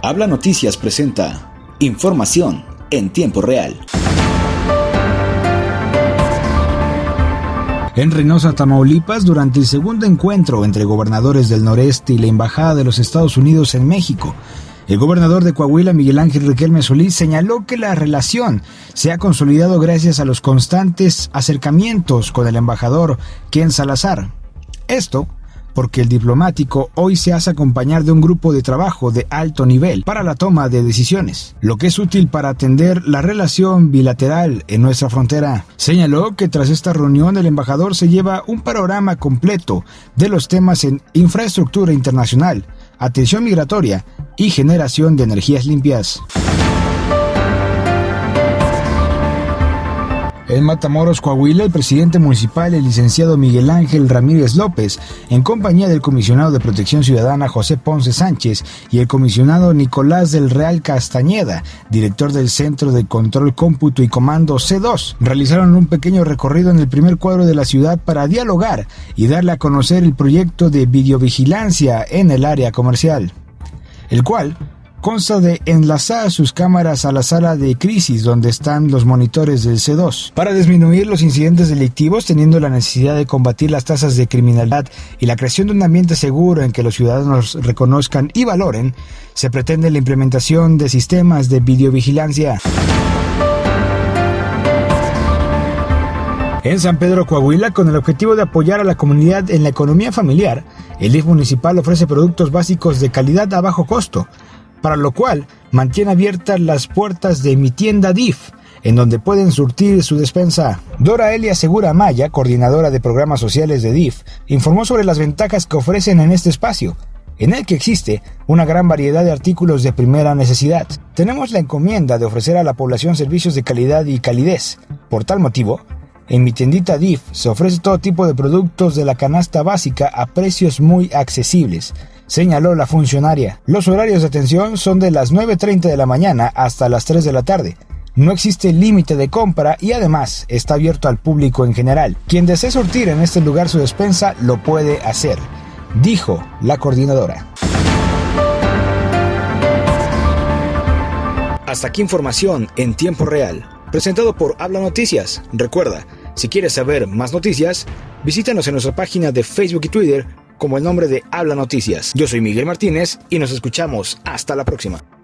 Habla Noticias presenta información en tiempo real. En Reynosa, Tamaulipas, durante el segundo encuentro entre gobernadores del noreste y la Embajada de los Estados Unidos en México, el gobernador de Coahuila, Miguel Ángel Riquelme Solís, señaló que la relación se ha consolidado gracias a los constantes acercamientos con el embajador Ken Salazar. Esto porque el diplomático hoy se hace acompañar de un grupo de trabajo de alto nivel para la toma de decisiones, lo que es útil para atender la relación bilateral en nuestra frontera. Señaló que tras esta reunión el embajador se lleva un panorama completo de los temas en infraestructura internacional, atención migratoria y generación de energías limpias. En Matamoros, Coahuila, el presidente municipal, el licenciado Miguel Ángel Ramírez López, en compañía del comisionado de Protección Ciudadana José Ponce Sánchez y el comisionado Nicolás del Real Castañeda, director del Centro de Control, Cómputo y Comando C2, realizaron un pequeño recorrido en el primer cuadro de la ciudad para dialogar y darle a conocer el proyecto de videovigilancia en el área comercial, el cual consta de enlazar sus cámaras a la sala de crisis donde están los monitores del C2 para disminuir los incidentes delictivos, teniendo la necesidad de combatir las tasas de criminalidad y la creación de un ambiente seguro en que los ciudadanos reconozcan y valoren. Se pretende la implementación de sistemas de videovigilancia. En San Pedro, Coahuila, con el objetivo de apoyar a la comunidad en la economía familiar, el DIF municipal ofrece productos básicos de calidad a bajo costo, para lo cual mantiene abiertas las puertas de Mi Tienda DIF, en donde pueden surtir su despensa. Dora Elia Segura Maya, coordinadora de programas sociales de DIF, informó sobre las ventajas que ofrecen en este espacio, en el que existe una gran variedad de artículos de primera necesidad. Tenemos la encomienda de ofrecer a la población servicios de calidad y calidez. Por tal motivo, en Mi Tiendita DIF se ofrece todo tipo de productos de la canasta básica a precios muy accesibles, señaló la funcionaria. Los horarios de atención son de las 9:30 de la mañana hasta las 3 de la tarde. No existe límite de compra y además está abierto al público en general. Quien desee surtir en este lugar su despensa lo puede hacer, dijo la coordinadora. Hasta aquí información en tiempo real, presentado por Habla Noticias. Recuerda, si quieres saber más noticias, visítanos en nuestra página de Facebook y Twitter como el nombre de Habla Noticias. Yo soy Miguel Martínez y nos escuchamos hasta la próxima.